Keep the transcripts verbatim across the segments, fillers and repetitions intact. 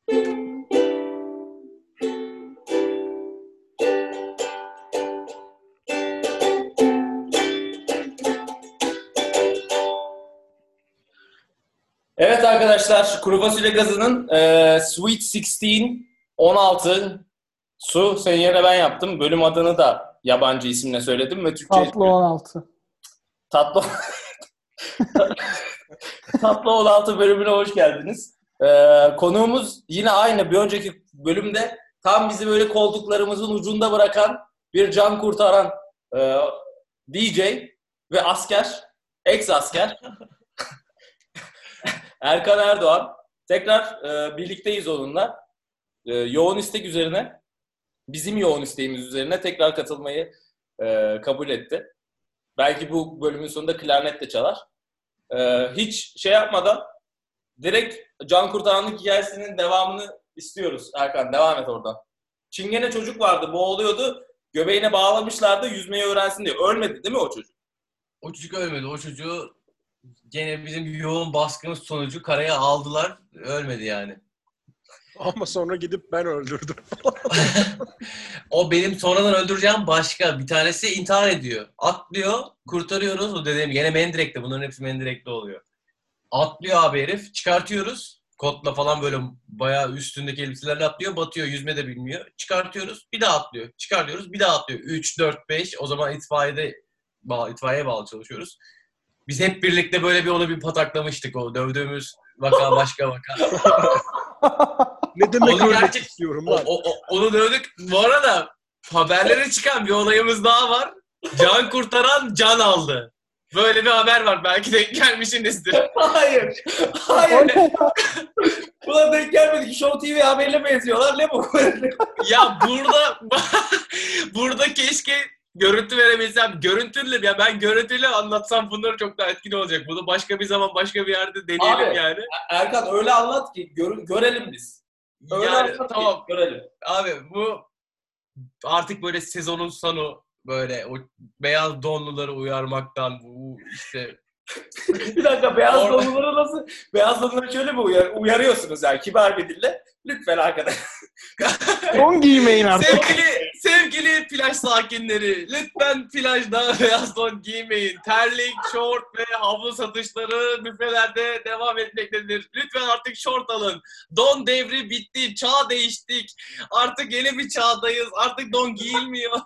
Evet arkadaşlar, kuru fasulye gazının e, Sweet sixteen on altı su senin yerine ben yaptım. Bölüm adını da yabancı isimle söyledim ve Türkçe Tatlı on altı. tatlı tatlı on altı bölümüne hoş geldiniz. E, konuğumuz yine aynı bir önceki bölümde tam bizi böyle koltuklarımızın ucunda bırakan bir can kurtaran e, D J ve asker, ex asker. Erkan Erdoğan. Tekrar e, birlikteyiz onunla. E, yoğun istek üzerine, bizim yoğun isteğimiz üzerine tekrar katılmayı e, kabul etti. Belki bu bölümün sonunda klarnet de çalar. E, hiç şey yapmadan direkt Can Kurtaranlık hikayesinin devamını istiyoruz. Erkan devam et oradan. Çingene çocuk vardı, boğuluyordu. Göbeğine bağlamışlardı yüzmeyi öğrensin diye. Ölmedi değil mi o çocuk? O çocuk ölmedi. O çocuğu gene bizim yoğun baskımız sonucu karaya aldılar. Ölmedi yani. Ama sonra gidip ben öldürdüm. O benim sonradan öldüreceğim başka. Bir tanesi intihar ediyor. Atlıyor, kurtarıyoruz. O dediğim gene Mendirek'te. Bunların hepsi Mendirek'te oluyor. Atlıyor abi herif. Çıkartıyoruz. Kotla falan böyle bayağı üstündeki elbiselerle atlıyor. Batıyor. Yüzme de bilmiyor. Çıkartıyoruz. Bir daha atlıyor. Çıkartıyoruz. Bir daha atlıyor. üç, dört, beş. O zaman itfaiyede bağ, itfaiyeye bağlı çalışıyoruz. Biz hep birlikte böyle bir onu bir pataklamıştık. O dövdüğümüz vaka başka vaka. Ne demek Onu ölmek gerçek- istiyorum O, lan? o, o- onu dövdük. Bu arada haberlere çıkan bir olayımız daha var. Can kurtaran can aldı. Böyle bir haber var. Belki denk gelmişsinizdir. Hayır. Hayır. Buna denk gelmedik. Show T V haberine benziyorlar. Ne bu? Ya burada burada keşke görüntü verebilsem. Görüntülü ya ben görüntülü anlatsam bunları çok daha etkili olacak. Bunu başka bir zaman başka bir yerde deneyelim Abi, yani. Erkan öyle anlat ki gör- görelim biz. Öyle Yani anlat tamam. ki görelim. Abi bu artık böyle sezonun sonu böyle o beyaz donluları uyarmaktan bu işte Bir dakika beyaz Orada- donluları nasıl? Beyaz donluları şöyle mi uyar- uyarıyorsunuz yani kibar bir dille? Lütfen arkadaş. Don giymeyin artık. sevgili sevgili plaj sakinleri lütfen plajda beyaz don giymeyin. Terlik, şort ve havlu satışları büfelerde devam etmektedir. Lütfen artık şort alın. Don devri bitti. Çağ değiştik. Artık yeni bir çağdayız. Artık don giyilmiyor.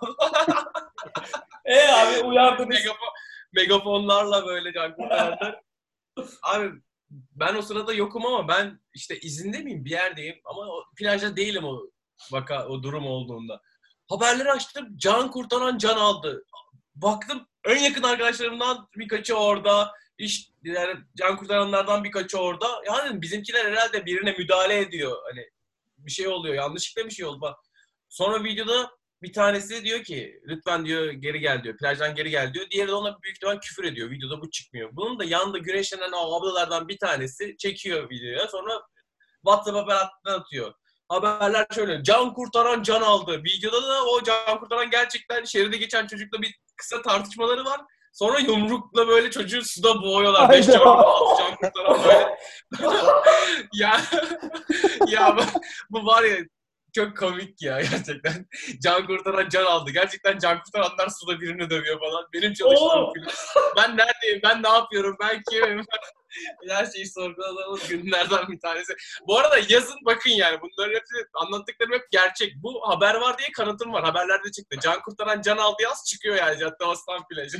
E abi uyardınız. Megafon, megafonlarla böyle can kurtaranlar. Abi ben o sırada yokum ama ben işte izinde miyim bir yerdeyim ama o, plajda değilim o vaka o durum olduğunda. Haberleri açtım can kurtaran can aldı. Baktım en yakın arkadaşlarımdan birkaçı orada. İşte yani can kurtaranlardan birkaçı orada. Yani bizimkiler herhalde birine müdahale ediyor. Hani bir şey oluyor. Yanlışlıkla bir şey oldu. Bak. Sonra videoda bir tanesi diyor ki lütfen diyor geri gel diyor. Plajdan geri gel diyor. Diğeri de ona büyük ihtimal küfür ediyor. Videoda bu çıkmıyor. Bunun da yanında güneşlenen o ablalardan bir tanesi çekiyor videoya. Sonra WhatsApp haber atıyor. Haberler şöyle. Can kurtaran can aldı. Videoda da o can kurtaran gerçekten şeride geçen çocukla bir kısa tartışmaları var. Sonra yumrukla böyle çocuğu suda boğuyorlar. Beş Hayda. can, altı can kurtaran böyle. ya ya bu, bu var ya çok komik ya gerçekten. Can kurtaran can aldı. Gerçekten can kurtaranlar suda birini dövüyor falan. Benim çalıştığım Oo. film. Ben neredeyim? Ben ne yapıyorum? Ben kimim? Her şeyi sorguladığımız günlerden bir tanesi. Bu arada yazın bakın yani. Bunların hepsi anlattıklarım hep gerçek. Bu haber var diye kanıtım var. Haberlerde çıktı. Can kurtaran can aldı yaz çıkıyor yani Caddebostan plajı.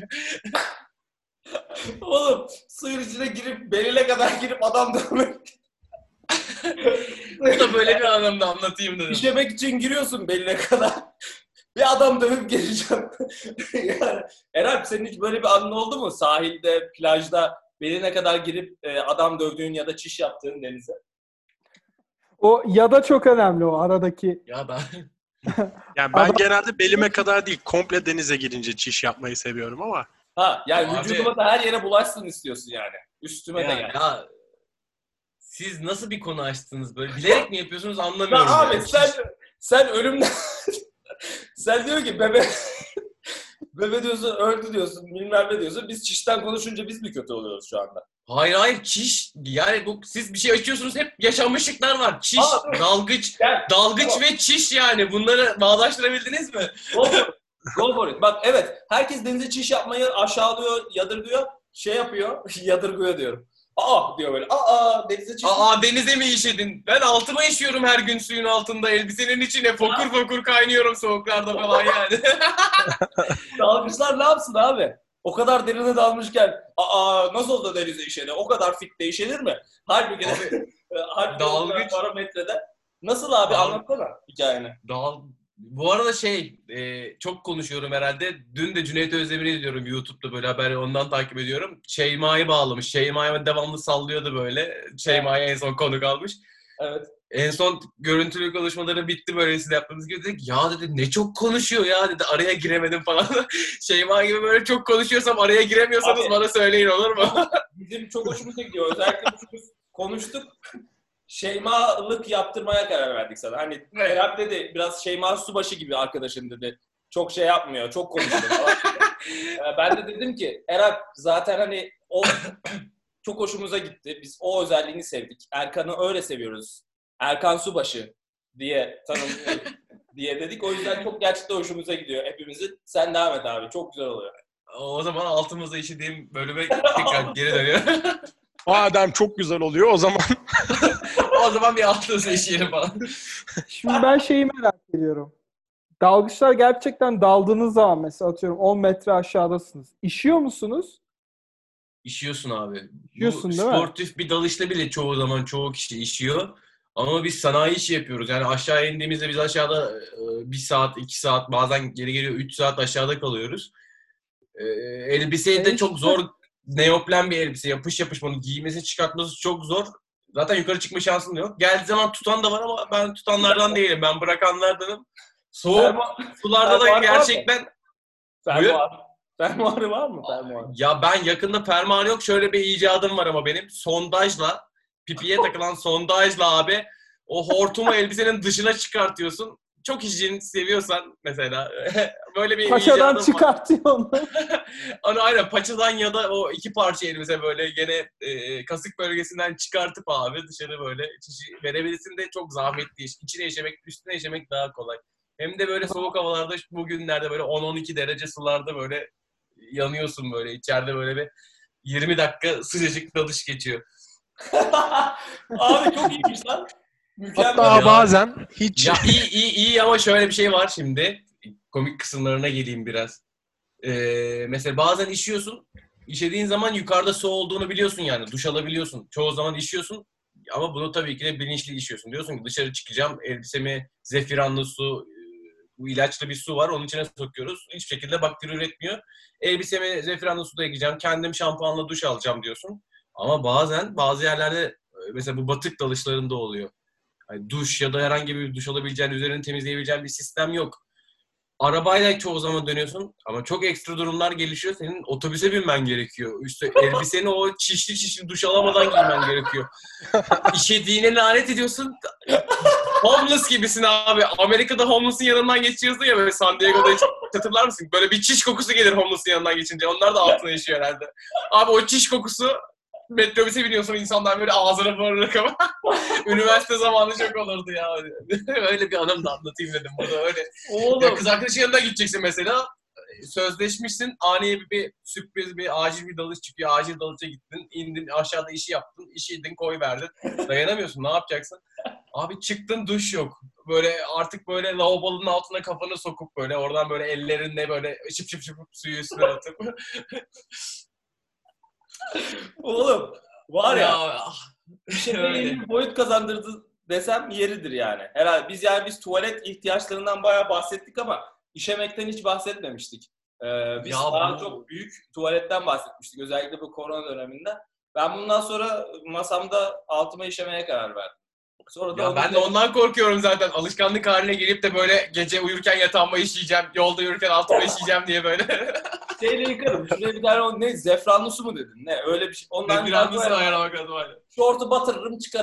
Oğlum suyun içine girip beline kadar girip adam dövmek. Bu da böyle bir anlamda anlatayım dedim. İşemek için giriyorsun beline kadar. Bir adam dövüp geleceğim. Yani, Eralp senin hiç böyle bir anın oldu mu? Sahilde, plajda beline kadar girip e, adam dövdüğün ya da çiş yaptığın denize. O ya da çok önemli o aradaki. Ya da Yani ben Adam- genelde belime kadar değil, komple denize girince çiş yapmayı seviyorum ama Ha yani Abi- vücuduma da her yere bulaşsın istiyorsun yani. Üstüme de ya, yani. ya siz nasıl bir konu açtınız böyle? Bilerek mi yapıyorsunuz Ya anlamıyorum. abi yani. sen sen ölümden sen diyor ki bebe Bebe diyorsun, öldü diyorsun, bilmem ne diyorsun. Biz çişten konuşunca biz mi kötü oluyoruz şu anda? Hayır hayır çiş yani bu siz bir şey açıyorsunuz hep yaşanmışlıklar var. Çiş, Aa, dalgıç, Gel. dalgıç Tamam. ve çiş yani bunları bağdaştırabildiniz mi? Go for it. Go for it. Bak evet, herkes denize çiş yapmayı aşağılıyor, yadırgıyor. Şey yapıyor, yadırgıyor diyorum. Aa diyor böyle. Aa denize çiş. Aa denize mi işedin? Ben altıma işiyorum her gün suyun altında elbisenin içine fokur fokur kaynıyorum soğuklarda falan yani. Dalgıçlar ne yapsın abi? O kadar derine dalmışken aa nasıl oldu denize işeni? O kadar fit işenir mi? Halbuki de halbuki dalgıç- o parametrede. Nasıl abi? Dal- Anlatsana hikayeni. Dal Bu arada şey e, çok konuşuyorum herhalde. Dün de Cüneyt Özdemir'i izliyorum YouTube'da böyle haberi ondan takip ediyorum. Şeyma'yı bağlamış. Şeyma'yı devamlı sallıyordu böyle. Şeyma'ya en son konuk almış. Evet. En son görüntülü konuşmaları bitti böyle siz yaptığınız gibi dedik. Ya dedi ne çok konuşuyor ya dedi araya giremedim falan. Şeyma gibi böyle çok konuşuyorsam araya giremiyorsanız Abi- bana söyleyin olur mu? Bizim çok hoşumuza gidiyor. Özellikle biz konuştuk. Şeymalık yaptırmaya karar verdik sana. Hani Erap dedi biraz Şeyma Subaşı gibi arkadaşın dedi. Çok şey yapmıyor, çok konuşuyor falan. Ee, ben de dedim ki Erap zaten hani o çok hoşumuza gitti. Biz o özelliğini sevdik. Erkan'ı öyle seviyoruz. Erkan Subaşı diye tanımlıyoruz diye dedik. O yüzden çok gerçekten hoşumuza gidiyor hepimizin. Sen devam et abi. Çok güzel oluyor. O zaman altımızda işlediğim bölüme tekrar geri dönüyor. Madem çok güzel oluyor o zaman. O zaman bir altımızda işleyelim falan. Şimdi ben şeyi merak ediyorum. Dalgıçlar gerçekten daldığınız zaman mesela atıyorum on metre aşağıdasınız. İşiyor musunuz? İşiyorsun abi. İşiyorsun Bu değil mi? sportif bir dalışta bile çoğu zaman çoğu kişi işiyor. Ama biz sanayi işi yapıyoruz. Yani aşağı indiğimizde biz aşağıda e, bir saat, iki saat bazen geri geliyor üç saat aşağıda kalıyoruz. E, elbiseyi de Evet. çok zor neopren bir elbise. Yapış yapış bunu giymesi çıkartması çok zor. Zaten yukarı çıkma şansın da yok. Geldiği zaman tutan da var ama ben tutanlardan değilim. Ben bırakanlardanım. Soğuk Fermuar- sularda da fermuar var mı? gerçekten Fermuar. Fermuarı var mı? Fermuar. ya ben yakında fermuar yok. Şöyle bir icadım var ama benim. Sondajla, pipiye takılan sondajla abi o hortumu elbisenin dışına çıkartıyorsun. Çok hijyen seviyorsan mesela böyle bir Paçadan icadım var. çıkartıyor onu. Onu aynen paçadan ya da o iki parça elbise böyle gene e, kasık bölgesinden çıkartıp abi dışarı böyle çişi verebilirsin de çok zahmetli iş. İçine işemek, üstüne işemek daha kolay. Hem de böyle soğuk havalarda bugünlerde böyle on on iki derece sularda böyle yanıyorsun böyle. İçeride böyle bir yirmi dakika sıcacık dalış geçiyor. Abi çok iyiymiş lan. Mükemmel. Hatta ya. bazen hiç Ya iyi iyi iyi ama şöyle bir şey var şimdi. Komik kısımlarına geleyim biraz. Ee, mesela bazen işiyorsun. İşediğin zaman yukarıda su olduğunu biliyorsun yani. Duş alabiliyorsun. Çoğu zaman işiyorsun. Ama bunu tabii ki de bilinçli işiyorsun. Diyorsun ki dışarı çıkacağım. Elbisemi zefiranlı su, bu ilaçlı bir su var. Onun içine sokuyoruz. Hiçbir şekilde bakteri üretmiyor. Elbisemi zefiranlı suda yıkayacağım. Kendim şampuanla duş alacağım diyorsun. Ama bazen bazı yerlerde mesela bu batık dalışlarında oluyor. Yani duş ya da herhangi bir duş alabileceğin, üzerini temizleyebileceğin bir sistem yok. Arabayla çoğu zaman dönüyorsun ama çok ekstra durumlar gelişiyor. Senin otobüse binmen gerekiyor. Üstü elbiseni o çişli çişli duş alamadan giymen gerekiyor. İşediğine lanet ediyorsun. Homeless gibisin abi. Amerika'da homeless'ın yanından geçiyorsun ya böyle San Diego'da hiç hatırlar mısın? Böyle bir çiş kokusu gelir homeless'ın yanından geçince. Onlar da altına yaşıyor herhalde. Abi o çiş kokusu metrobüse biniyorsun insanlar böyle ağzına bağırarak ama üniversite zamanı çok olurdu ya. Öyle bir anım da anlatayım dedim burada öyle. Oğlum. Ya kız arkadaşın yanına gideceksin mesela. Sözleşmişsin. Ani bir, bir sürpriz bir acil bir dalış çıkıyor. Acil dalışa gittin. İndin aşağıda işi yaptın. İşi yedin koy verdin. Dayanamıyorsun. Ne yapacaksın? Abi çıktın duş yok. Böyle artık böyle lavabonun altına kafanı sokup böyle oradan böyle ellerinle böyle şıp şıp şıp suyu üstüne atıp. Oğlum. Var ya. ah, Bir şey öyle. yeni bir boyut kazandırdı desem yeridir yani. Herhalde biz yani biz tuvalet ihtiyaçlarından bayağı bahsettik ama işemekten hiç bahsetmemiştik. Ee, biz Ya daha bu- çok büyük tuvaletten bahsetmiştik özellikle bu korona döneminde. Ben bundan sonra masamda altıma işemeye karar verdim. Sonra da Ya onun ben de üzerine- ondan korkuyorum zaten. Alışkanlık haline gelip de böyle gece uyurken yatağıma işeyeceğim, yolda yürürken altıma işeyeceğim diye böyle. şeyle yıkarım. Şuraya bir tane o ne zefranlı su mu dedin? Ne öyle bir şey. Ondan Zefiranlısı ayarlamak lazım hala. şortu batırırım çıkarırım. Bu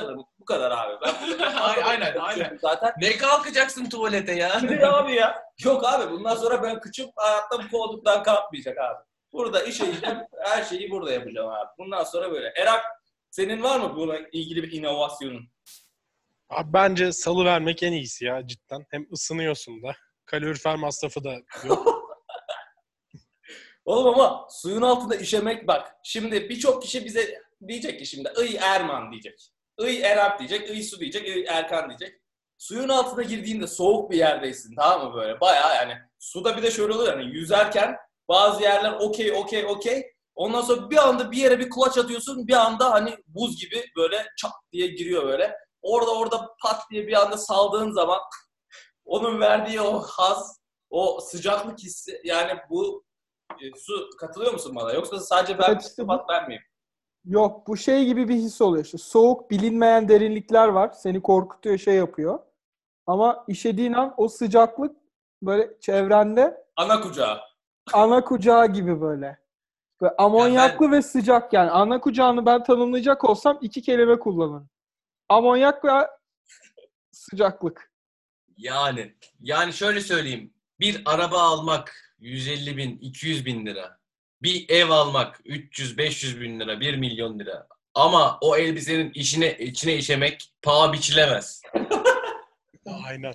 kadar abi. Ben aynen aynen. Zaten. Ne kalkacaksın tuvalete ya? Ne abi ya? Yok abi bundan sonra ben küçük hayatta bu koltuktan kalkmayacak abi. Burada işe gideceğim, her şeyi burada yapacağım abi. Bundan sonra böyle. Erak senin var mı buna ilgili bir inovasyonun? Abi bence salı vermek en iyisi ya cidden. Hem ısınıyorsun da. Kalorifer masrafı da yok. Oğlum ama suyun altında işemek bak. Şimdi birçok kişi bize diyecek ki şimdi Iy Erman diyecek. Iy Erak diyecek. Iy Su diyecek. Iy Erkan diyecek. Suyun altına girdiğinde soğuk bir yerdesin tamam mı böyle? Bayağı yani suda bir de şöyle oluyor yani yüzerken bazı yerler okey okey okey. Ondan sonra bir anda bir yere bir kulaç atıyorsun. Bir anda hani buz gibi böyle çat diye giriyor böyle. Orada orada pat diye bir anda saldığın zaman onun verdiği o haz, o sıcaklık hissi yani bu e, su katılıyor musun bana? Yoksa sadece ben Evet, işte bu- sıfat vermeyeyim. Yok bu şey gibi bir his oluyor işte. Soğuk bilinmeyen derinlikler var. Seni korkutuyor şey yapıyor. Ama işediğin an o sıcaklık böyle çevrende Ana kucağı. ana kucağı gibi böyle. Böyle amonyaklı Ya ve sıcak yani. Ana kucağını ben tanımlayacak olsam iki kelime kullanırım. Amonyak ve sıcaklık. Yani yani şöyle söyleyeyim. Bir araba almak yüz elli bin, iki yüz bin lira. Bir ev almak üç yüz beş yüz bin lira, bir milyon lira. Ama o elbisenin içine içine işemek paha biçilemez. Aynen.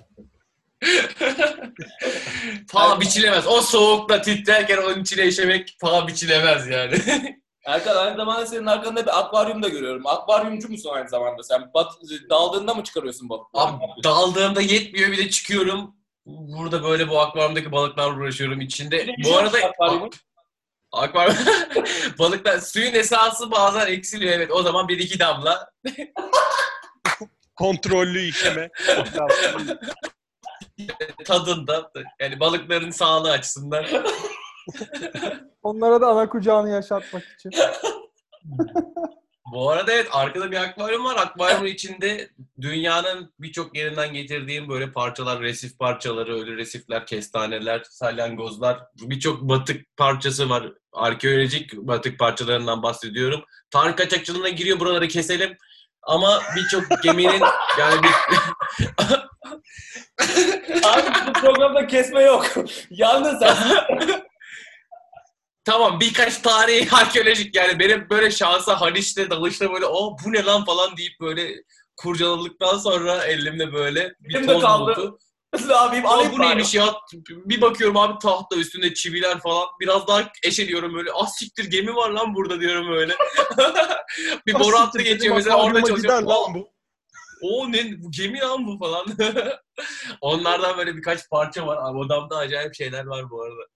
Paha biçilemez. O soğukta titrerken onun içine işemek paha biçilemez yani. Erkan aynı zamanda senin arkanda bir akvaryum da görüyorum. Akvaryumcu musun aynı zamanda? Sen bat, daldığında mı çıkarıyorsun balıkları? Abi daldığımda yetmiyor bir de çıkıyorum. Burada böyle bu akvaryumdaki balıklarla uğraşıyorum içinde. Bu arada akvaryumun. akvaryum balıklar suyun esası bazen eksiliyor evet. O zaman bir iki damla Kontrollü işleme. tadında yani balıkların sağlığı açısından. Onlara da ana kucağını yaşatmak için. Bu arada evet arkada bir akvaryum var. Akvaryumun içinde dünyanın birçok yerinden getirdiğim böyle parçalar, resif parçaları, ölü resifler, kestaneler, salyangozlar, birçok batık parçası var. Arkeolojik batık parçalarından bahsediyorum. Tanrı kaçakçılığına giriyor buraları keselim. Ama birçok geminin yani bir... Abi bu programda kesme yok. Yalnız sen. Tamam birkaç tarihi arkeolojik yani benim böyle şansa Haliç'te dalışta böyle o bu ne lan falan deyip böyle kurcaladıktan sonra elimde böyle bir Elimde toz kaldı. bulutu. Abim Aa alayım bu bari. neymiş ya? Bir bakıyorum abi tahta üstünde çiviler falan. Biraz daha eşeliyorum böyle. Ah siktir gemi var lan burada diyorum öyle. Bir boru hattı geçiyor mesela orada çalışıyor. Lan bu. O ne bu gemi lan bu falan. Onlardan böyle birkaç parça var. Abi, odamda acayip şeyler var bu arada.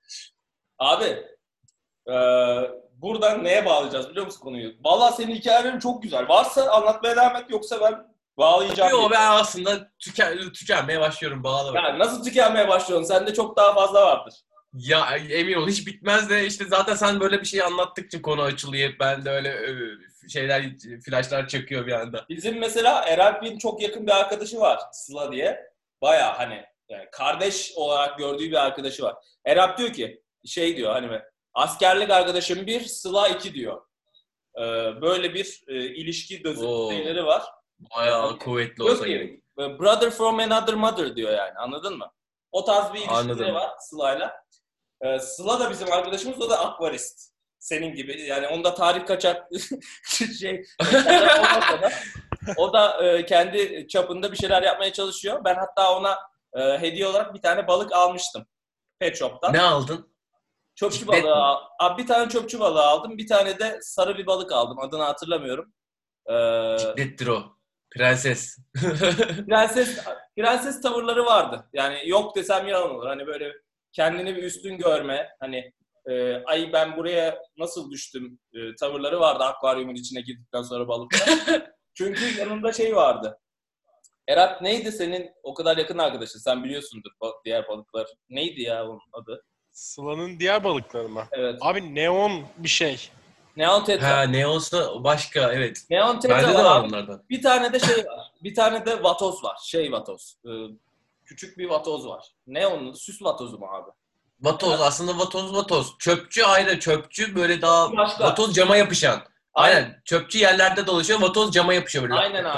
Abi e, buradan neye bağlayacağız biliyor musun konuyu? Vallahi senin hikayelerin çok güzel. Varsa anlatmaya devam et yoksa ben bağlayacağım. Yok ben aslında tüken, tükenmeye başlıyorum bağla. Yani nasıl tükenmeye başlıyorsun? Sende çok daha fazla vardır. Ya emin ol hiç bitmez de işte zaten sen böyle bir şey anlattıkça konu açılıyor. Ben de öyle ö, şeyler, flashlar çekiyor bir anda. Bizim mesela Eralp'in çok yakın bir arkadaşı var Sıla diye. Baya hani yani kardeş olarak gördüğü bir arkadaşı var. Eralp diyor ki şey diyor hani askerlik arkadaşım bir, Sıla iki diyor. Ee, böyle bir e, ilişki Oo. düzeyleri var. Bayağı kuvvetli Diyor olsa ki, gerek. brother from another mother diyor yani anladın mı? O tarz bir ilişkileri Anladım. var Sıla'yla. Ee, Sıla da bizim arkadaşımız, o da akvarist. Senin gibi yani onda tarih kaçak şey olmasa da o da e, kendi çapında bir şeyler yapmaya çalışıyor. Ben hatta ona e, hediye olarak bir tane balık almıştım Pet Shop'tan. Ne aldın? Çöpçü Ciddet balığı mi? al- Abi bir tane çöpçü balığı aldım. Bir tane de sarı bir balık aldım. Adını hatırlamıyorum. Ee, Ciddettir o. Prenses. prenses prenses tavırları vardı. Yani yok desem yalan olur. Hani böyle kendini bir üstün görme. Hani e, ay ben buraya nasıl düştüm e, tavırları vardı akvaryumun içine girdikten sonra balıkta. Çünkü yanında şey vardı. Erat neydi senin o kadar yakın arkadaşın? Sen biliyorsundur diğer balıklar. Neydi ya onun adı? Sıla'nın diğer balıkları mı? Evet. Abi neon bir şey. Neon tetra. Ha ne olsa başka evet. Neon tetra Bende de var var abi. onlardan. Bir tane de şey var. Bir tane de vatoz var. Şey vatoz. Ee, küçük bir vatoz var. Ne onun? Süs vatozu mu abi? Vatoz aslında vatoz vatoz. Çöpçü ayrı çöpçü böyle daha Başka. vatoz cama yapışan. Aynen. Aynen. Çöpçü yerlerde dolaşıyor vatoz cama yapışıyor böyle. Aynen abi.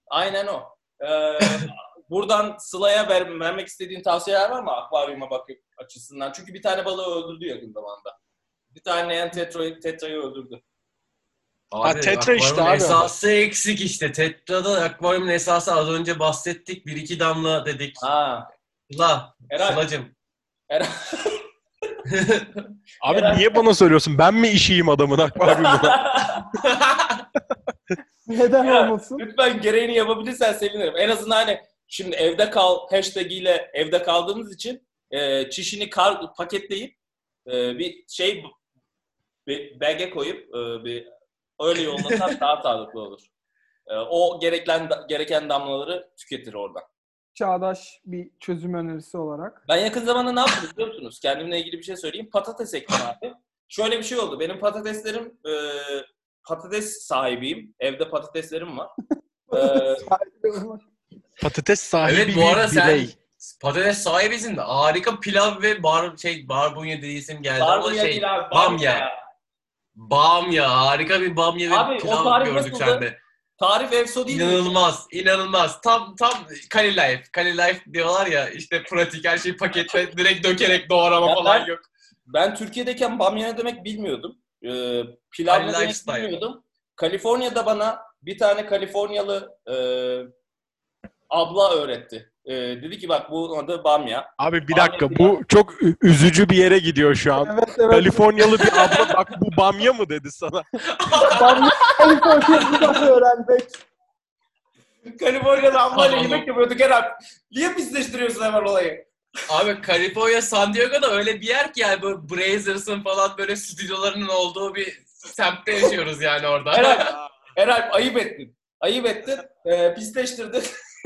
Aynen o. Ee, buradan Sıla'ya ver, vermek istediğin tavsiyeler var mı akvaryuma bakıp açısından? Çünkü bir tane balığı öldürdü yakın zamanda. Bir tane leğen tetrayı, tetrayı öldürdü. Abi, Ha, tetra işte akvaryumun abi. esası eksik işte. Tetra'da akvaryumun esası az önce bahsettik. Bir iki damla dedik. Ha. Sıla. Eray. Sıla'cım. Eray. Abi Herhalde. niye bana söylüyorsun? Ben mi işiyim adamın akvaryumuna? Neden Ya, olmasın? lütfen gereğini yapabilirsen sevinirim. En azından hani şimdi evde kal hashtag ile evde kaldığımız için e, çişini kar, paketleyip e, bir şey bir belge koyup e, bir öyle yollasan daha sağlıklı olur. E, o gereken gereken damlaları tüketir oradan. Çağdaş bir çözüm önerisi olarak. Ben yakın zamanda ne yaptım biliyor musunuz? Kendimle ilgili bir şey söyleyeyim. Patates ektim abi. Şöyle bir şey oldu. Benim patateslerim e, patates sahibiyim. Evde patateslerim var. E, Patates sahibi Evet, bu arada bir sen birey. patates sahibisin de harika pilav ve bar şey barbunya dediği isim geldi ama Barbunya şey değil abi, bamya. ya. Bamya harika bir bamya ve Abi, o pilav tarif gördük nasıldı? sende. Tarif efso değil mi? İnanılmaz, inanılmaz. Tam tam Kali Life. Kali Life diyorlar ya işte pratik her şeyi paketle direkt dökerek doğrama Ya falan ben- yok. Ben Türkiye'deyken bamya ne demek bilmiyordum. Ee, pilav Hani ne demek lifestyle. bilmiyordum. Kaliforniya'da bana bir tane Kaliforniyalı e, abla öğretti. E, dedi ki bak bu adı bamya. Abi bir Bamya dakika pilav. bu çok ü- üzücü bir yere gidiyor şu an. Evet evet. Kaliforniyalı bir abla bak bu bamya mı dedi sana? Bamya Kaliforniya'da öğrenmek. Kaliforniya'da ablayla Tamam. yemek yapıyorduk herhalde. Niye pisleştiriyorsun hemen olayı? Abi Kaliforniya, San Diego'da öyle bir yer ki yani böyle Brazers'ın falan böyle stüdyolarının olduğu bir semtte yaşıyoruz yani orada. Herhalde, herhalde ayıp ettin. Ayıp ettin. E, pisleştirdin.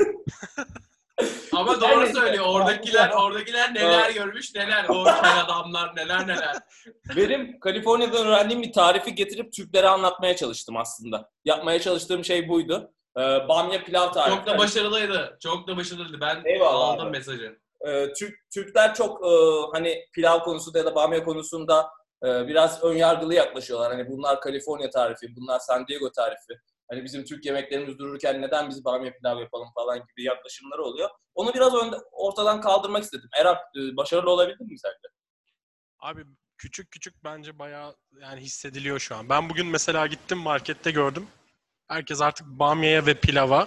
Ama doğru Neyse. söylüyor. Oradakiler oradakiler neler görmüş neler. O kel adamlar neler neler. Benim Kaliforniya'dan öğrendiğim bir tarifi getirip Türklere anlatmaya çalıştım aslında. Yapmaya çalıştığım şey buydu. Ee, bamya pilav tarifi. Çok da başarılıydı. Çok da başarılıydı. Ben Eyvallah aldım abi. mesajı. Ee, Türk Türkler çok e, hani pilav konusunda ya da bamya konusunda e, biraz ön yargılı yaklaşıyorlar. Hani bunlar Kaliforniya tarifi, bunlar San Diego tarifi. Hani bizim Türk yemeklerimiz dururken neden biz bamya pilav yapalım falan gibi yaklaşımları oluyor. Onu biraz önde, ortadan kaldırmak istedim. Erap e, başarılı olabildin mi sence? Abi küçük küçük bence bayağı yani hissediliyor şu an. Ben bugün mesela gittim markette gördüm. Herkes artık bamyaya ve pilava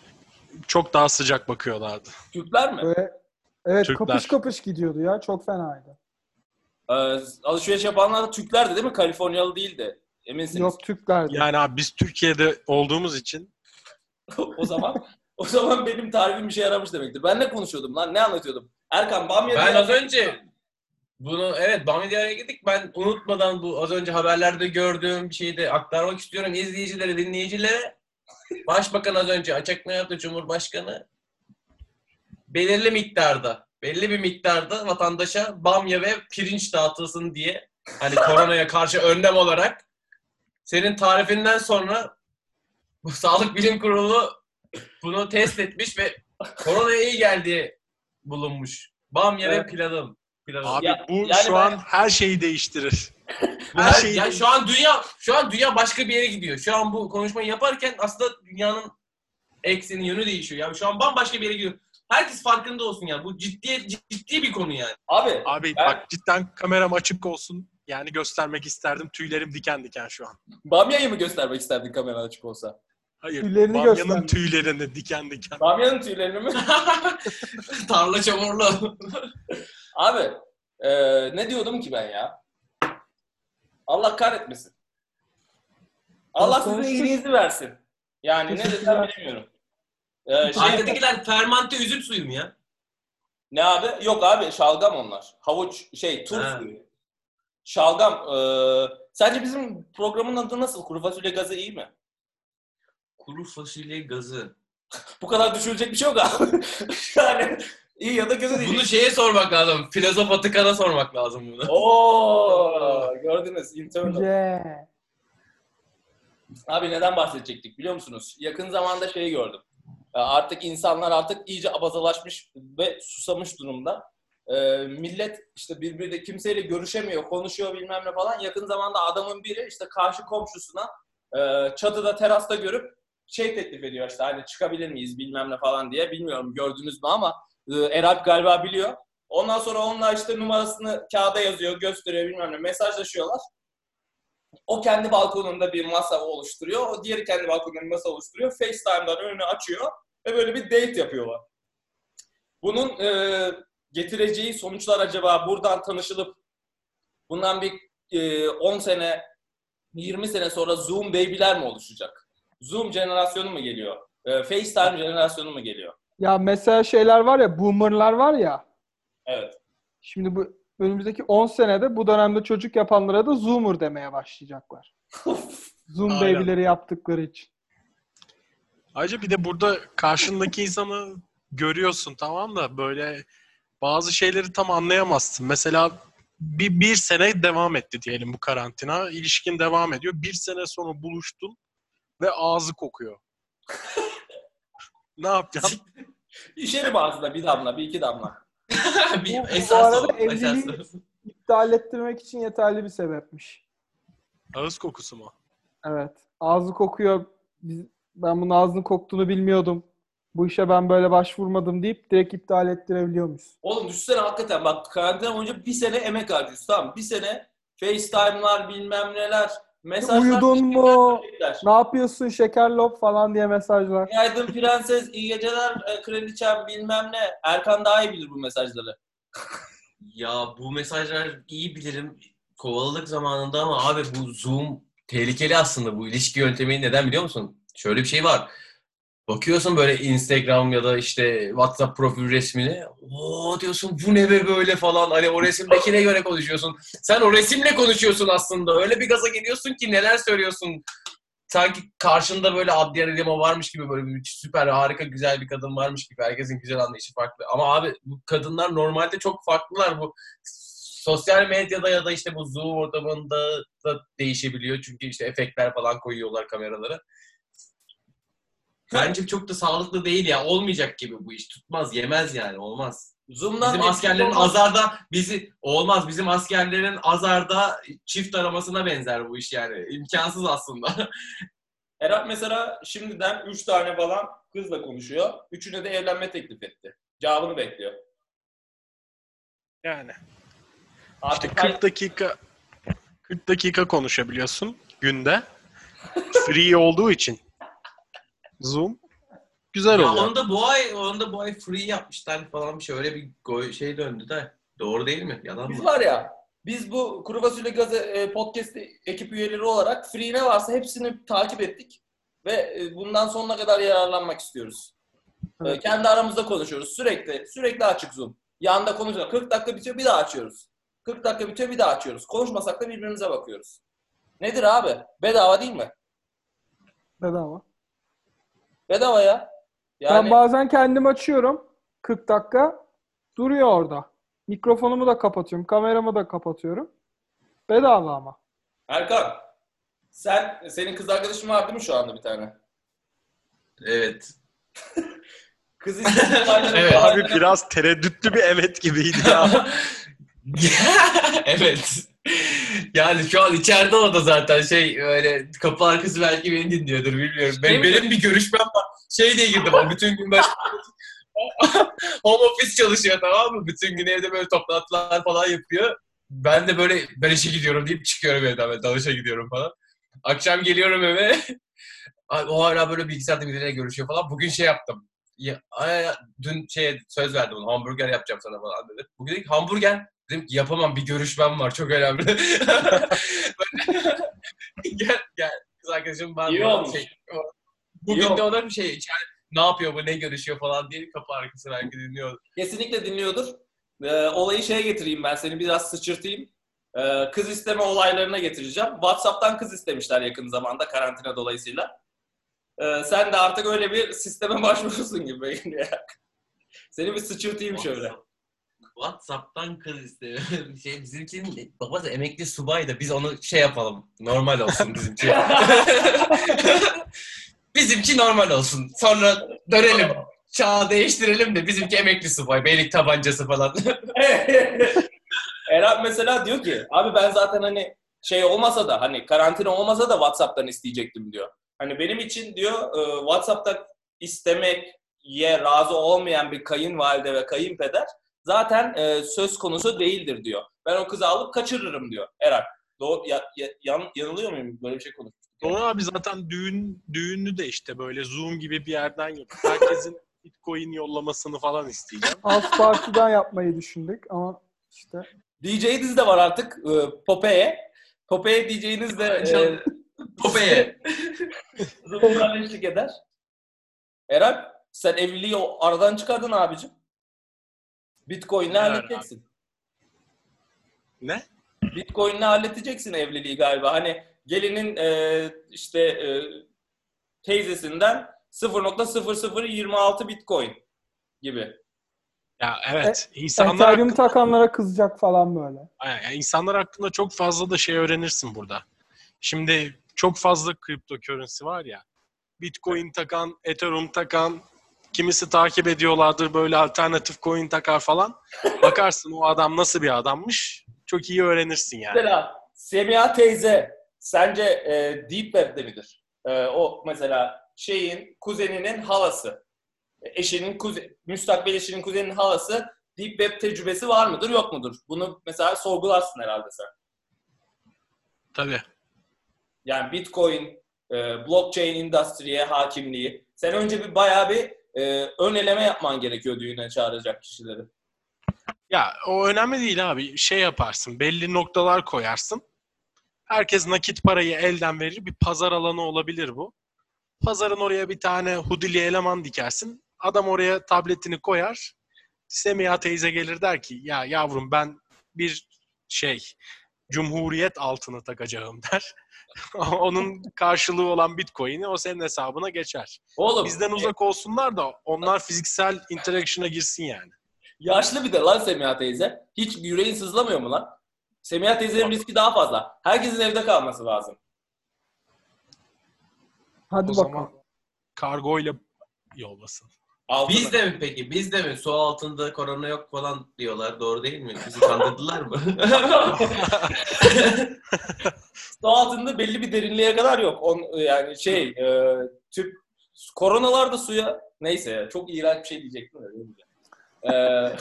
çok daha sıcak bakıyorlardı. Türkler mi? Böyle, evet Türkler. kapış kapış gidiyordu ya. Çok fenaydı. Ee, alışveriş yapanlar da Türklerdi değil mi? Kaliforniyalı değildi. Eminsiniz. Yok Türklerdi. Yani abi biz Türkiye'de olduğumuz için o zaman o zaman benim tarifim işe yaramış demektir. Ben ne konuşuyordum lan? Ne anlatıyordum? Erkan bamya Ben diye- az önce bunu evet Bamya Diyarı'ya gittik. Ben unutmadan bu az önce haberlerde gördüğüm bir şeyi de aktarmak istiyorum izleyicilere, dinleyicilere. Başbakan az önce açıklama yaptı, Cumhurbaşkanı. Belirli miktarda, belli bir miktarda vatandaşa bamya ve pirinç dağıtılsın diye hani koronaya karşı önlem olarak senin tarifinden sonra bu Sağlık Bilim Kurulu bunu test etmiş ve koronaya iyi geldiği bulunmuş. Bamya ve Evet. pilavım. pilavım. abi Ya- bu yani şu ben- an her şeyi değiştirir. Her Her, şeyi yani şu an dünya şu an dünya başka bir yere gidiyor. Şu an bu konuşmayı yaparken aslında dünyanın ekseni yönü değişiyor. Yani şu an bambaşka bir yere gidiyor. Herkes farkında olsun yani. Bu ciddi ciddi bir konu yani. Abi, Abi ben bak cidden kameram açık olsun. Yani göstermek isterdim. Tüylerim diken diken şu an. bamyayı mı göstermek isterdin kamera açık olsa? Hayır. Tüylerini Bamyanın göstermek. tüylerini diken diken. Bamyanın tüylerini mi? Tarla çamurlu. Abi, e, ne diyordum ki ben ya? Allah kahretmesin. Allah sizin Konuştuk. iyiliğinizi versin. Yani ne desem Teşekkürler. bilemiyorum. Ee, şey, Arkadakiler fermante üzüm suyu mu ya? ne abi? Yok abi, şalgam onlar. Havuç, şey, turp Ha. suyu. Şalgam. E, sence bizim programın adı nasıl? Kuru fasulye gazı iyi mi? Kuru fasulye gazı. Bu kadar düşülecek bir şey yok abi. Yani iyi ya da kötü değil. Bunu şeye sormak lazım. Filozof Atıkan'a sormak lazım bunu. Oo, gördünüz internal. Yeah. Abi neden bahsedecektik biliyor musunuz? Yakın zamanda şeyi gördüm. Artık insanlar artık iyice abazalaşmış ve susamış durumda. Ee, millet işte birbiriyle kimseyle görüşemiyor, konuşuyor bilmem ne falan. Yakın zamanda adamın biri işte karşı komşusuna e, çatıda, terasta görüp şey teklif ediyor işte hani çıkabilir miyiz bilmem ne falan diye. Bilmiyorum gördünüz mü ama e, Eralp galiba biliyor. Ondan sonra onunla işte numarasını kağıda yazıyor, gösteriyor bilmem ne. Mesajlaşıyorlar. O kendi balkonunda bir masa oluşturuyor. O diğeri kendi balkonunda bir masa oluşturuyor. FaceTime'dan önünü açıyor ve böyle bir date yapıyorlar. Bunun e, getireceği sonuçlar acaba buradan tanışılıp bundan bir e, on sene, yirmi sene sonra Zoom baby'ler mi oluşacak? Zoom jenerasyonu mu geliyor? E, FaceTime jenerasyonu mu geliyor? Ya mesela şeyler var ya, boomerlar var ya. Evet. Şimdi bu önümüzdeki on senede bu dönemde çocuk yapanlara da Zoomer demeye başlayacaklar. Zoom Aynen. baby'leri yaptıkları için. Ayrıca bir de burada karşındaki insanı görüyorsun, tamam da böyle bazı şeyleri tam anlayamazsın. Mesela bir, bir sene devam etti diyelim bu karantina. İlişkin devam ediyor. Bir sene sonra buluştun ve ağzı kokuyor. Ne yapacaksın? İşerim ağzına bir damla, bir iki damla. bir Bu, bu esas arada o. evliliği Esas. iptal ettirmek için yeterli bir sebepmiş. Ağız kokusu mu? Evet. Ağzı kokuyor. Biz, ben bunun ağzını koktuğunu bilmiyordum. Bu işe ben böyle başvurmadım deyip direkt iptal ettirebiliyormuşuz. Oğlum düşünsene hakikaten bak karantina boyunca bir sene emek harcıyorsun tamam mı? Bir sene FaceTime'lar bilmem neler, mesajlar. Uyudun mu? Teşekkürler. Ne yapıyorsun şekerlop falan diye mesajlar. Günaydın prenses, iyi geceler e, kraliçem bilmem ne. Erkan daha iyi bilir bu mesajları. Ya bu mesajlar iyi bilirim kovaladık zamanında ama abi bu Zoom tehlikeli aslında bu ilişki yöntemi neden biliyor musun? Şöyle bir şey var. Bakıyorsun böyle Instagram ya da işte WhatsApp profil resmine. Oo diyorsun bu ne be böyle falan. Hani o resimdekine göre konuşuyorsun. Sen o resimle konuşuyorsun aslında. Öyle bir gaza geliyorsun ki neler söylüyorsun. Sanki karşında böyle Adliye Lima varmış gibi böyle bir süper harika güzel bir kadın varmış gibi. Herkesin güzel anlayışı farklı. Ama abi bu kadınlar normalde çok farklılar. Bu sosyal medyada ya da işte bu Zoom ortamında da değişebiliyor. Çünkü işte efektler falan koyuyorlar kameralara. Bence çok da sağlıklı değil ya. Olmayacak gibi bu iş. Tutmaz, yemez yani. Olmaz. Zoom'dan Bizim askerlerin olmaz. azarda bizi olmaz. Bizim askerlerin azarda çift aramasına benzer bu iş yani. İmkansız aslında. Erap mesela şimdiden üç tane falan kızla konuşuyor. Üçüne de evlenme teklif etti. Cevabını bekliyor. Yani. Artık İşte kırk dakika kırk dakika konuşabiliyorsun günde. Free olduğu için. Zoom güzel Ya oluyor. onu da bu ay onu da bu ay free yapmışlar falan bir şey. Öyle bir go- şey döndü de. Doğru değil mi? Yalan biz mı? var ya, biz bu Kuru Fasulye Gazı e, podcast ekip üyeleri olarak free ne varsa hepsini takip ettik. Ve e, bundan sonuna kadar yararlanmak istiyoruz. E, Evet. kendi aramızda konuşuyoruz. Sürekli, sürekli açık Zoom. Yanında konuşuyoruz. kırk dakika bitiyor bir daha açıyoruz. kırk dakika bitiyor bir daha açıyoruz. Konuşmasak da birbirimize bakıyoruz. Nedir abi? Bedava değil mi? Bedava. Bedava ya. Ben Yani bazen kendim açıyorum. kırk dakika duruyor orada. Mikrofonumu da kapatıyorum. Kameramı da kapatıyorum. Bedava ama. Erkan, sen senin kız arkadaşın var değil mi şu anda bir tane? Evet. Kız istediğin Evet. Abi biraz tereddütlü bir evet gibiydi ya. Evet. Yani şu an içeride o da zaten şey öyle kapı arkası belki beni dinliyordur bilmiyorum. Değil Benim, mi? benim bir görüşmem var. Şey diye girdim o bütün gün ben home office çalışıyor tamam mı? Bütün gün evde böyle toplantılar falan yapıyor. Ben de böyle ben işe gidiyorum deyip çıkıyorum evden ben dalışa gidiyorum falan. Akşam geliyorum eve. O hala böyle bilgisayarda birileriyle görüşüyor falan. Bugün şey yaptım. Ya, ay, dün şeye söz verdim ona hamburger yapacağım sana falan dedi. Bugün dedik hamburger. Dedim ki yapamam bir görüşmem var çok önemli. gel gel kız arkadaşım ben İyi de olmuş. şey, bugün İyi de ona bir şey yani, ne yapıyor bu ne görüşüyor falan diye kapı arkası belki dinliyor. Kesinlikle dinliyordur. Ee, olayı şeye getireyim ben seni biraz sıçırtayım. Ee, kız isteme olaylarına getireceğim. WhatsApp'tan kız istemişler yakın zamanda karantina dolayısıyla. Ee, sen de artık öyle bir sisteme başvurursun gibi geliyor. Seni bir sıçırtayım şöyle. WhatsApp'tan kız istiyor. Şey bizimkinin babası emekli subay da biz onu şey yapalım. Normal olsun bizimki. Bizimki normal olsun. Sonra dönelim. Çağı değiştirelim de bizimki emekli subay. Beylik tabancası falan. Erap mesela diyor ki abi ben zaten hani şey olmasa da hani karantina olmasa da WhatsApp'tan isteyecektim diyor. Hani benim için diyor e, WhatsApp'ta istemeye razı olmayan bir kayınvalide ve kayınpeder zaten e, söz konusu değildir diyor. Ben o kızı alıp kaçırırım diyor Erak. Doğru, ya, ya, yan, yanılıyor muyum? Böyle bir şey konuşmuştuk. Doğru abi, zaten düğün düğünü de işte böyle Zoom gibi bir yerden yapıp herkesin Bitcoin yollamasını falan isteyeceğim. House Party'den yapmayı düşündük ama işte. D J'iniz de var artık e, Popeye. Popeye D J'iniz de e, Popeye. Zoom'dan eşlik eder. Erak, sen evliliği o- aradan çıkardın abicim. Bitcoin'le Evet halledeceksin. Ne? Bitcoin'le halledeceksin evliliği galiba. Hani gelinin e, işte e, teyzesinden sıfır nokta sıfır sıfır yirmi altı Bitcoin gibi. Ya evet, insanlar Ethereum hakkında, takanlara kızacak falan böyle. yani insanlar hakkında çok fazla da şey öğrenirsin burada. Şimdi çok fazla cryptocurrency var ya. Bitcoin takan, Ethereum takan, kimisi takip ediyorlardır böyle alternatif coin takar falan. Bakarsın o adam nasıl bir adammış. Çok iyi öğrenirsin yani. Mesela Semiha teyze sence e, Deep Web'de midir? E, o mesela şeyin kuzeninin halası. Eşinin kuze, müstakbel eşinin kuzeninin halası Deep Web tecrübesi var mıdır yok mudur? Bunu mesela sorgularsın herhalde sen. Tabii. Yani Bitcoin, e, blockchain industry'ye hakimliği. Sen önce bir bayağı bir e, ön eleme yapman gerekiyor düğüne çağıracak kişileri. Ya o önemli değil abi. Şey yaparsın, belli noktalar koyarsın. Herkes nakit parayı elden verir. Bir pazar alanı olabilir bu. Pazarın oraya bir tane hudili eleman dikersin. Adam oraya tabletini koyar. Semiha teyze gelir der ki ya yavrum ben bir şey Cumhuriyet altını takacağım der. Onun karşılığı olan Bitcoin'i o senin hesabına geçer. Oğlum Bizden uzak olsunlar da onlar fiziksel interaction'a girsin yani. yaşlı bir de lan Semiha teyze. Hiç yüreğin sızlamıyor mu lan? Semiha teyzenin riski daha fazla. Herkesin evde kalması lazım. Hadi O bakalım. zaman kargoyla yollasın. Altına. Bizde mi peki? Bizde mi? Su altında korona yok falan diyorlar. Doğru değil mi? Bizi kandırdılar mı? Su altında belli bir derinliğe kadar yok. On, yani şey, e, tüp, koronalar da suya, neyse çok iğrenç bir şey diyecektim de. Ee,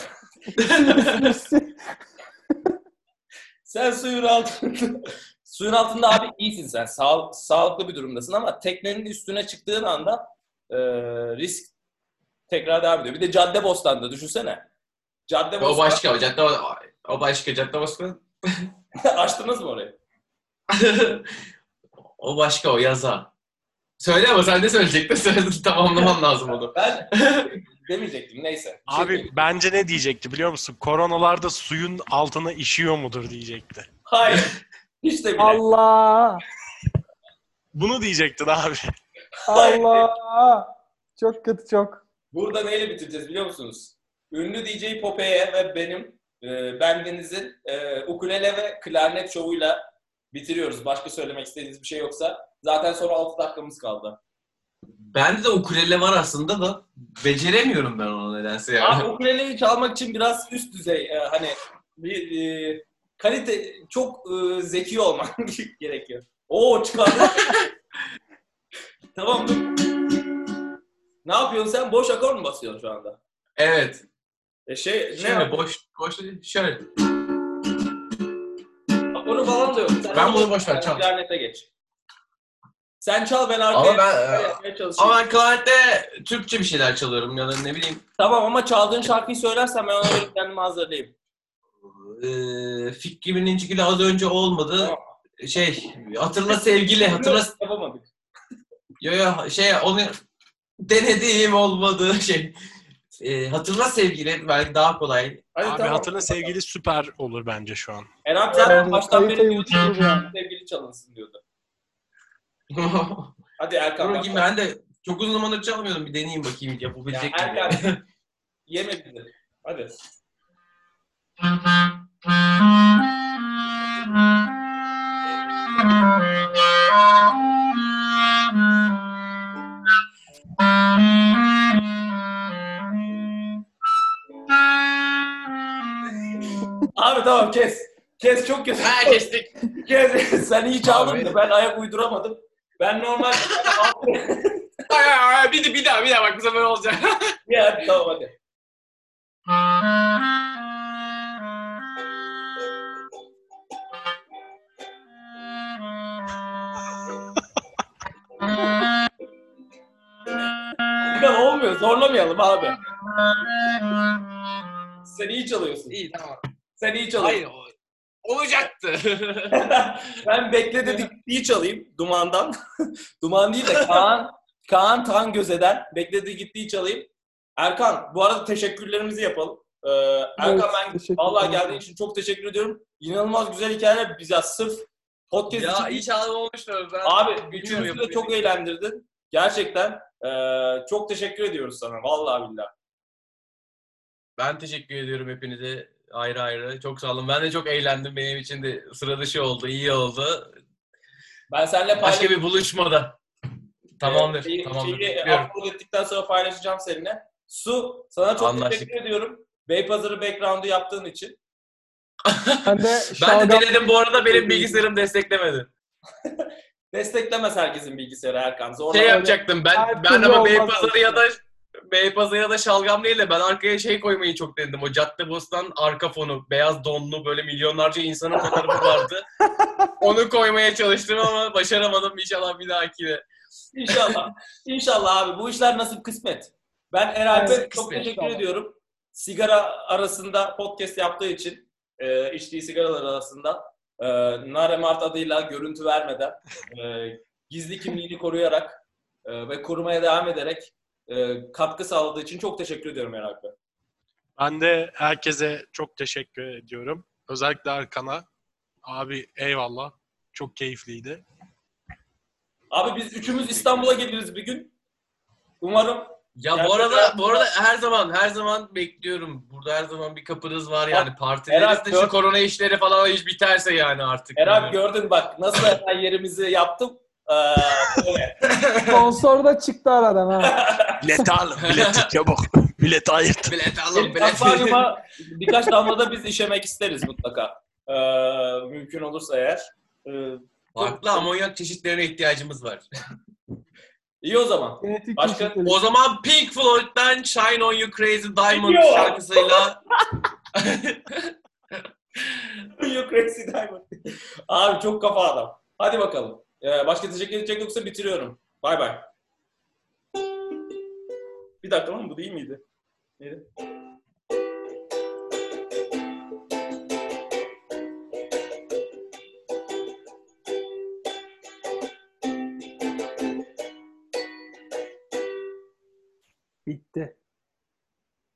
sen suyun altında, suyun altında abi iyisin sen. Sağ, sağlıklı bir durumdasın ama teknenin üstüne çıktığın anda e, risk tekrar devam ediyor. Bir de Caddebostan'da düşünsene. Caddebostan. O başka. O cadde, o başka. Cadde başka. Açtınız mı orayı? O başka. O yaza. Söyle ama sen ne söyleyecektin? Söyledin, tamamlaman lazım onu. Ben demeyecektim neyse. Bir şey Abi diyeyim. bence ne diyecekti biliyor musun? Koronalarda suyun altına işiyor mudur diyecekti. Hayır. Hiç de bile. Allah! Bunu diyecektin abi. Allah! Çok kötü çok. Burada neyle bitireceğiz biliyor musunuz? Ünlü D J Popeye ve benim, e, bendenizin e, ukulele ve klarnet şovuyla bitiriyoruz. Başka söylemek istediğiniz bir şey yoksa. Zaten sonra altı dakikamız kaldı. Bende de ukulele var aslında da beceremiyorum ben onu nedense yani. Abi ukuleleyi çalmak için biraz üst düzey, e, hani bir e, kalite, çok e, zeki olman gerekiyor. Oo çıkardı. Tamam dur. Ne yapıyorsun sen? Boş akor mu basıyorsun şu anda? Evet. E şey ne? Şimdi boş boş şöyle. Akoru falan da yok. Sen Ben onu bunu boş ver, çal. Klarnete geç. Sen çal, ben arkaya Ama ben yapmaya çalışayım. ama ben klarnette Türkçe bir şeyler çalıyorum ya da ne bileyim. Tamam ama çaldığın şarkıyı söylersen ben ona göre kendimi hazırlayayım. Eee Fikri Birincik'le az önce olmadı. Tamam. Şey hatırla sevgili hatırla. Yapamadık. Yo yo şey onu denedim olmadı şey. Eee hatırla sevgili belki daha kolay. Hadi Abi tamam. hatırla sevgili süper olur bence şu an. Erhan zaten Bence baştan beri kaliteyi diyordu uçurur ki yani. sevgili çalınsın diyordu. Hadi Erkan. Dur yap. bakayım ben de çok uzun zamandır çalmıyordum bir deneyeyim bakayım Ya yapabilecek miyim? Erkan yeme bizi. Hadi. Abi tamam kes. Kes çok kötü. Ha kestik. Kes. Sen iyi çaldın Abi. da ben ayak uyduramadım. Ben normal... Ay, ay, ay, bir, de, bir daha bir daha bak bu sefer olacak. Ya hadi tamam hadi. Furkan olmuyor. Zorlamayalım abi. Sen iyi çalıyorsun. İyi tamam. Sen iyi çalıyorsun. Hayır o- olacaktı. Ben bekle dedik iyi çalayım Duman'dan. Duman değil de Kaan, Kaan Tan Göze'den bekledi gittiği çalayım. Erkan bu arada teşekkürlerimizi yapalım. Ee, Erkan Evet, ben teşekkür vallahi ederim. geldiğin için çok teşekkür ediyorum. İnanılmaz güzel hikayeler. Biz ya sırf podcast Ya için inşallah olmuştur. Ben abi bilmiyorum üçümüzü de yapacak çok bir şey. eğlendirdin. Gerçekten ee, çok teşekkür ediyoruz sana. Vallahi billahi. Ben teşekkür ediyorum hepinize ayrı ayrı. Çok sağ olun. Ben de çok eğlendim. Benim için de sıra dışı oldu, iyi oldu. Ben seninle Başka paylaşacağım. bir buluşmada. Tamamdır, Şeyi, tamamdır. şeyi Bekliyorum. upload ettikten sonra paylaşacağım seninle. Su, sana çok Anlaştık. teşekkür ediyorum. Beypazarı background'u yaptığın için. Ben de Ben şalgam... de denedim bu arada benim bilgisayarım desteklemedi. Desteklemez herkesin bilgisayarı Erkan. Zorla. Şey yapacaktım ben Her ben türlü ama olmaz Beypazarı ya da aslında. Beypazarı ya da şalgam değil de ben arkaya şey koymayı çok denedim. O Caddebostan arka fonu, beyaz donlu böyle milyonlarca insanın fotoğrafı vardı. Onu koymaya çalıştım ama başaramadım. İnşallah bir dahakine. İnşallah. İnşallah abi. Bu işler nasip kısmet. Ben Eralp'e Evet, çok kısmet. teşekkür ediyorum. Sigara arasında podcast yaptığı için, e, içtiği sigaralar arasında e, Nare Mart adıyla görüntü vermeden, e, gizli kimliğini koruyarak e, ve korumaya devam ederek e, katkı sağladığı için çok teşekkür ediyorum Eralp'e. Ben de herkese çok teşekkür ediyorum. Özellikle Erkan'a. Abi eyvallah. Çok keyifliydi. Abi biz üçümüz İstanbul'a geliriz bir gün. Umarım. Ya Yani bu arada mesela- bu arada her zaman her zaman bekliyorum. Burada her zaman bir kapınız var yani partileriz Eralp, de gör- şu korona işleri falan iş biterse yani artık. Eralp gördün bak nasıl hemen yerimizi yaptım. Ee, böyle. Sponsor da çıktı aradan ha. Bileti al. Bileti çabuk. Bileti ayırt. Bilet alın Benim bilet. akvaryuma birkaç damla da biz işemek isteriz mutlaka. Ee, mümkün olursa eğer. Ee, Farklı amonyak çeşitlerine ihtiyacımız var. iyi o zaman. Genetik Başka- çeşitlilik. O zaman Pink Floyd'dan Shine On You Crazy Diamond Biliyor. şarkısıyla You crazy diamond. Abi çok kafa adam. Hadi bakalım. Ee, başka teşekkür edecek yoksa bitiriyorum. Bay bay. Bir dakika lan bu değil miydi? Neydi?